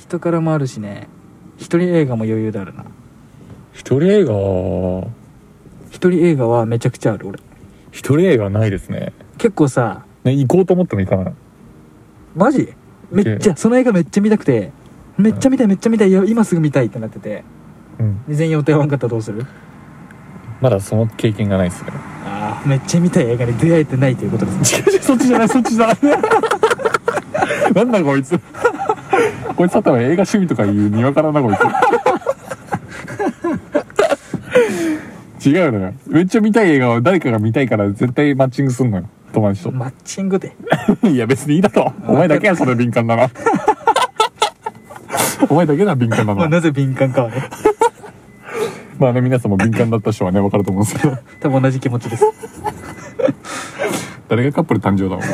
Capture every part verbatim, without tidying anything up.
人からもあるしね。一人映画も余裕であるな。 一人映画一人映画はめちゃくちゃある俺。 一人映画ないですね。 結構さ、 ね、行こうと思っても行かない。 マジめっちゃその映画めっちゃ見たくて、めっちゃ見たいめっちゃ見たい、いや今すぐ見たいってなってて、 うん、 全然予定合わんかったらどうする？ まだその経験がないですね。 ああ、めっちゃ見たい映画に出会えてないということですね。 違う違う、そっちじゃないそっちじゃないなんだこいつこいつは多分映画趣味とかいうにわからなこいつ違うのよ。めっちゃ見たい映画を誰かが見たいから絶対マッチングすんのよ、友達と。 マッチングでいや別にいいだろ、お前だけやそれ敏感だなお前だけな敏感だな、 まあ、なぜ敏感かはねまあね、皆さんも敏感だった人はね分かると思うんですけど多分同じ気持ちです誰がカップル誕生だろう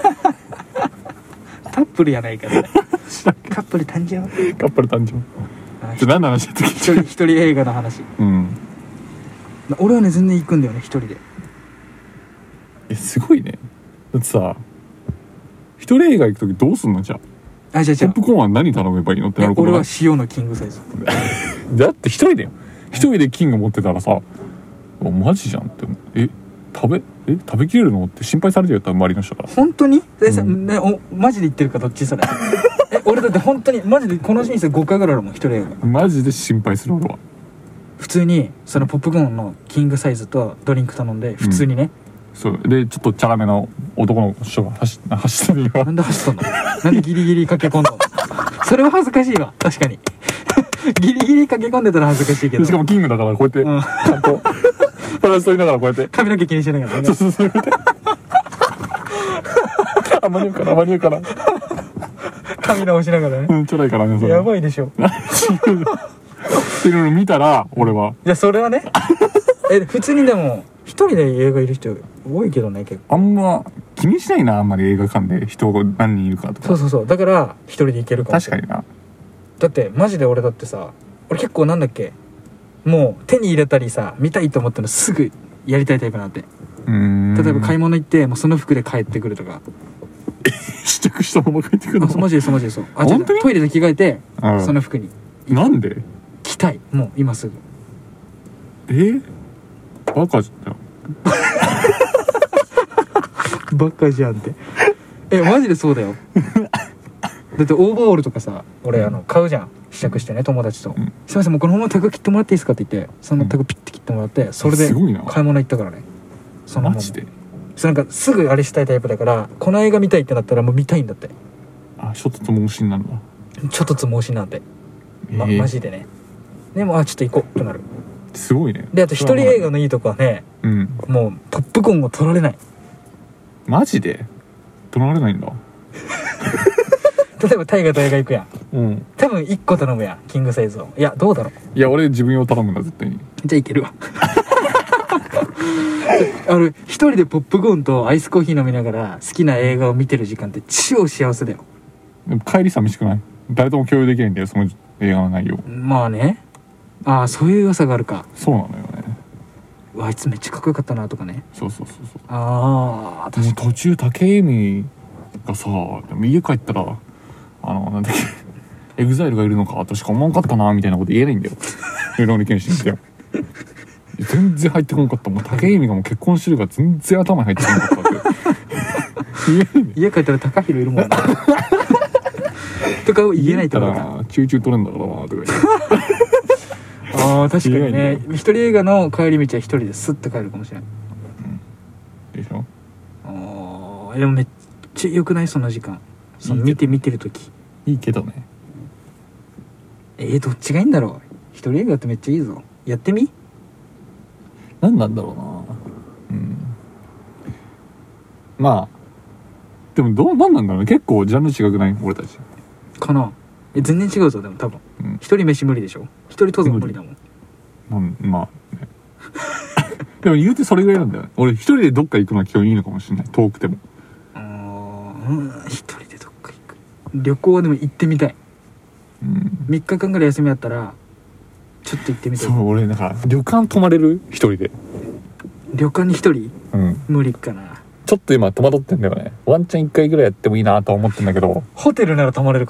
カップルやないからねカップル誕生カップル誕生じゃ何の話だったっけ？ 一人一人映画の話。 うん俺はね全然行くんだよね一人で。 えすごいね。だってさ、一人映画行くときどうすんの？じゃああ、じゃあじゃあポップコーンは何頼めばいいのってなること俺はない？ 塩のキングサイズだって一人だよ。一人でキング持ってたらさ、マジじゃんって。え食べえ食べきれるのって心配されてるよ、多分周りの人から。 本当に？でさ、 うんね、おマジで言ってるかどっちそれえ俺だって本当にマジでこの人生ごかいぐらいあるもん一人映画。 マジで心配する俺は。 普通にそのポップコーンのキングサイズとドリンク頼んで普通にね、 そうでちょっとチャラめの男の人が走走ってるよ。 なんで走ったの？なんでギリギリ駆け込んだの？それは恥ずかしいわ確かにギリギリ駆け込んでたら恥ずかしいけど、 しかもキングだからこうやって、うん、ちゃんとバランス取りながらこうやって髪の毛気にしながらね。 そうそうそうあんまり言うかなあんまり言うかな髪直しながらね。 うんちょろいからねそれ。 やばいでしょっていうのを見たら俺は。 いやそれはねえ普通にでも一人で映画いる人多いけどね結構。 あんま気にしないな、あんまり映画館で人が何人いるかとか。 そうそうそう、だから一人で行けるかもしれない。 確かにな。 だってマジで俺だってさ、俺結構なんだっけ、もう手に入れたりさ見たいと思ったのすぐやりたいタイプなんで。 うーん例えば買い物行ってもうその服で帰ってくるとか試着したまま帰ってくるの？ あ、マジでそうマジでそう。あ、 本当にトイレで着替えて、 うん、 その服になんで着たい、もう今すぐ。 えバカじゃんバカじゃんってえマジでそうだよだってオーバーオールとかさ俺あの買うじゃん、試着してね友達と、うん、すいませんもうこのままタグ切ってもらっていいですかって言って、そのタグピッて切ってもらって、うん、それで買い物行ったからね。そのマジでそなんかすぐあれしたいタイプだから、この映画見たいってなったらもう見たいんだって。 あ、ちょっとつ盲信なんだ。 ちょっとつ盲信なんで、ま、 えー、 マジでね。でもあちょっと行こうってなる。 すごいね。 であと一人映画のいいとこはね、うん、もうポップコーンを取られない。 マジで取られないんだ例えば大河と映画行くやん、うん、多分いっこ頼むやんキングサイズを。いやどうだろう、 いや俺自分用頼むんだ絶対に。 じゃあいけるわあの一人でポップコーンとアイスコーヒー飲みながら好きな映画を見てる時間って超幸せだよ。 でも帰り寂しくない？誰とも共有できないんだよその映画の内容。 まあね、ああそういう良さがあるか。 そうなのよね。 あいつめっちゃかっこよかったなとかね。 そうそうそうそう。 ああ確かに。 途中武井美がさ、でも家帰ったらあのなんだっけエグザイルがいるのかとしか思わんかったなみたいなこと言えないんだよルローニケンシンって全然入ってこなかった。もう武井美がもう結婚してるから全然頭に入ってこなかったって家帰ったら高弘いるもんなとか言えないと思うからチューチュー取れんだからなとか言ってああ確かにね。一人映画の帰り道は一人でスッと帰るかもしれない、うん、 でしょ。 ああでもめっちゃ良くないその時間。その見て見てる時いいけどね。 えー、どっちがいいんだろう。一人映画ってめっちゃいいぞ。やってみ。 何なんだろうな。うんまあでもどうなんなんだろうね。結構ジャンル違くない俺たちかな。え全然違うぞでも多分。うん、一人飯無理でしょ。一人登山無理だもん。うん、 まあねでも言うてそれぐらいなんだよね。俺一人でどっか行くのは基本いいのかもしれない。遠くても。 ああうん一人でどっか行く。旅行はでも行ってみたい。うん、みっかかんぐらい休みあったらちょっと行ってみたい。 そう俺なんか旅館泊まれる一人で。 旅館に一人、 うん、 無理かな。 ちょっと今戸惑ってんだよね。ワンチャン一回ぐらいやってもいいなとは思ってんだけど。 ホテルなら泊まれるかも。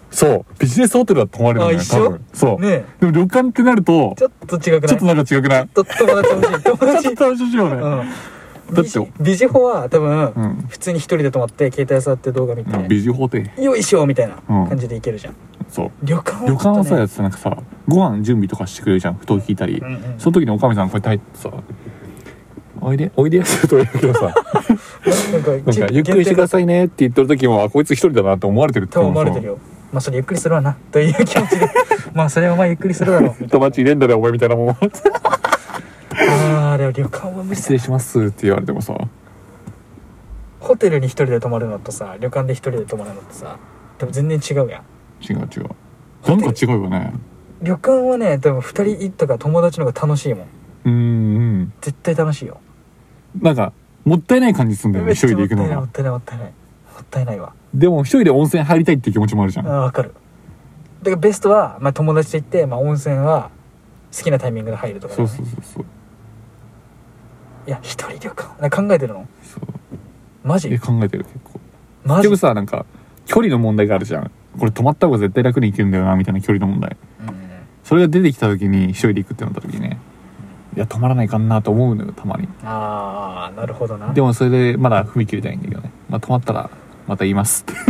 そうビジネスホテルは泊まれるのねあ一緒多分そう、 ねでも旅館ってなるとちょっと違くない？ ちょっとなんか違くない？ ちょっと友達欲しい友ちょっ達と楽しいよね、 うんだってビジホは多分、 うん普通に一人で泊まって携帯触って動画見て、 うんビジホテよいしょみたいなうん感じでいけるじゃん、 そう旅館は旅館はさややつさなんかさご飯準備とかしてくれるじゃん布団引いたり、 うんうん、 その時におかみさんこうやって入ってさおいでおいでやすると言うけどさなんかなんかゆっくりしてくださいねって言ってる時もあこいつ一人だなって思われてるってと思われてるよ。まあそれゆっくりするわなという気持ちでまあそれはお前ゆっくりするだろう友達いねえんだねお前みたいなもんああでも旅館は無理失礼しますって言われてもさホテルに一人で泊まるのとさ旅館で一人で泊まるのとさ多分全然違うやん。 違う違うなんか違うよね旅館はね多分二人行ったから友達の方が楽しいもん。 うんうん絶対楽しいよ。 なんかもったいない感じするんだよね一人で行くのがもったいないもったいないもったいないわ。 でも一人で温泉入りたいっていう気持ちもあるじゃんあ分かる。だからベストは、まあ、友達と行って、まあ、温泉は好きなタイミングで入るとか、ね、 そうそうそうそういや一人旅館なんか考えてるのそうマジえ考えてる結構マジ結局さなんか距離の問題があるじゃんこれ泊まった方が絶対楽に行けるんだよなみたいな距離の問題うんそれが出てきた時に一人で行くってなった時にねいや泊まらないかなと思うのよたまにああなるほどな。 でもそれでまだ踏み切りたいんだけどねまあ泊まったらまた言いますって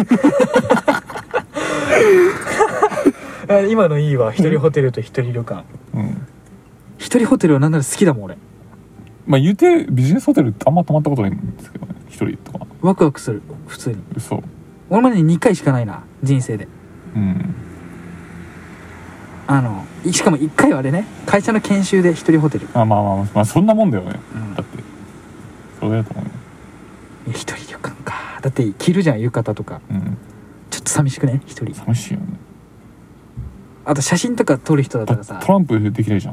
あ今のいいわ。一人ホテルと一人旅館。 うん一人ホテルはなんなら好きだもん俺。 まあ言うてビジネスホテルってあんま泊まったことないんですけどね一人とかワクワクする普通に。 嘘俺までににかいしかないな人生で。 うんあのしかもいっかいはあれね会社の研修で一人ホテル。 あまあまあまあそんなもんだよね、 うんだってそれだと思うよいや一人旅館か。だって着るじゃん浴衣とか。 うんちょっと寂しくね一人。 寂しいよねあと写真とか撮る人だったらさトランプできないじゃん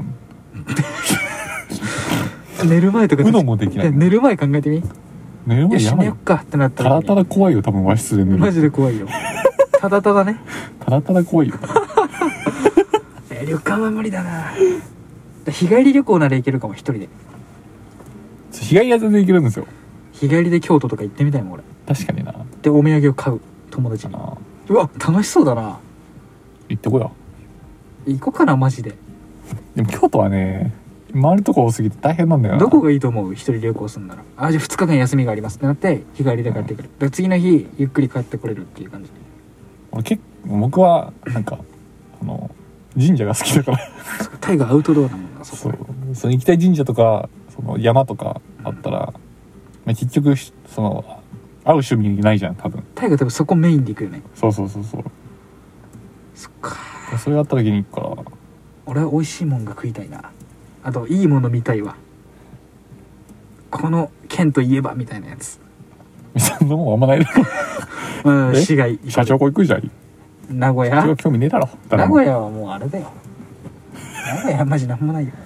寝る前とかうのもできないや寝る前考えてみ。 寝るよ前やばいよし寝よっかってなったらただただ怖いよ多分和室で寝るマジで怖いよただただねただただ怖いよえ旅館は無理だな。日帰り旅行なら行けるかも一人で。 日帰りは全然行けるんですよ日帰りで京都とか行ってみたいもん俺。 確かになでお土産を買う友達に。 あうわ楽しそうだな。 行ってこよ行こうかなマジで。 うでも京都はね回るとこ多すぎて大変なんだよなどこがいいと思う一人旅行するなら。あじゃあふつかかん休みがありますってなって日帰りで帰ってくる、だから次の日ゆっくり帰ってこれるっていう感じ。 俺結構僕はなんかあの神社が好きだからタイがアウトドアだもんなそそこ。 うその行きたい神社とかその山とかあったら、まあ、結局その合う趣味ないじゃん多分。 タイが多分そこメインで行くよね。 そうそうそうそうそっか。 それやった時に行くから俺は美味しいもんが食いたいな。あといいもの見たいわ。この県といえばみたいなやつ。 そんなもんあんまないだろうんえ市街社長こ行くじゃん名古屋社長興味ねえだろ名古屋はもうあれだよ。名古屋はマジなんもないよ。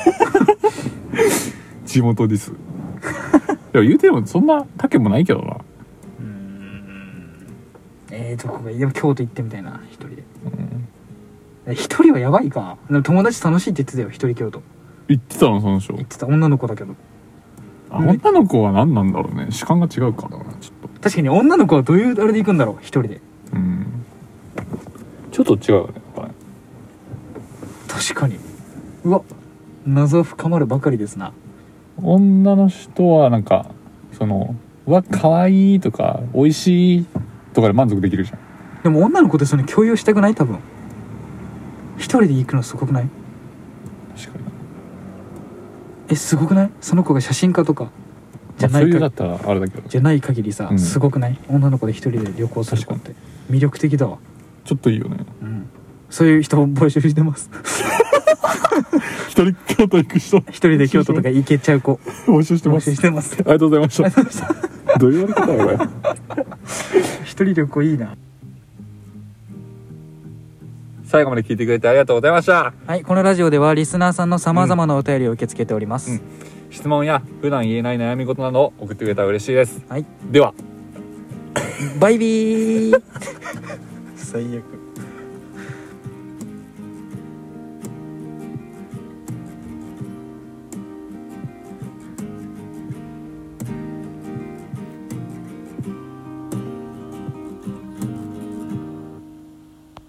地元ですでも言うてもそんな他県もないけどな。 うーんえーどこがいい。でも京都行ってみたいな一人で。 うん一人はやばいか。でも友達楽しいって言ってたよ一人京都。 行ってたのその人。 言ってた女の子だけど。 あ女の子は何なんだろうね主観が違うからなちょっと。 確かに女の子はどういうあれで行くんだろう一人で。 うんちょっと違うよねやっぱり。 確かに。うわ謎深まるばかりですな。 女の人はなんかそのうわ可愛いとか美味しいとかで満足できるじゃん。 でも女の子ってそれ共有したくない？多分一人で行くのすごくない？ 確かにえすごくない？その子が写真家とかじゃないかそういうだったらあれだけどじゃない限りさ、 うんすごくない？女の子で一人で旅行する子って魅力的だわ。 ちょっといいよね。 うんそういう人を募集してます。 一人京都行く人一人で京都とか行けちゃう子募集して募ます。 集してます。 ありがとうございましたありがとうございましたどういうやり方だよこれ。 一人旅行いいな。 最後まで聞いてくれてありがとうございました。 はい、このラジオではリスナーさんのさまざまなお便りを受け付けております、 うん質問や普段言えない悩み事などを送ってくれたら嬉しいです。 はいではバイビー最悪。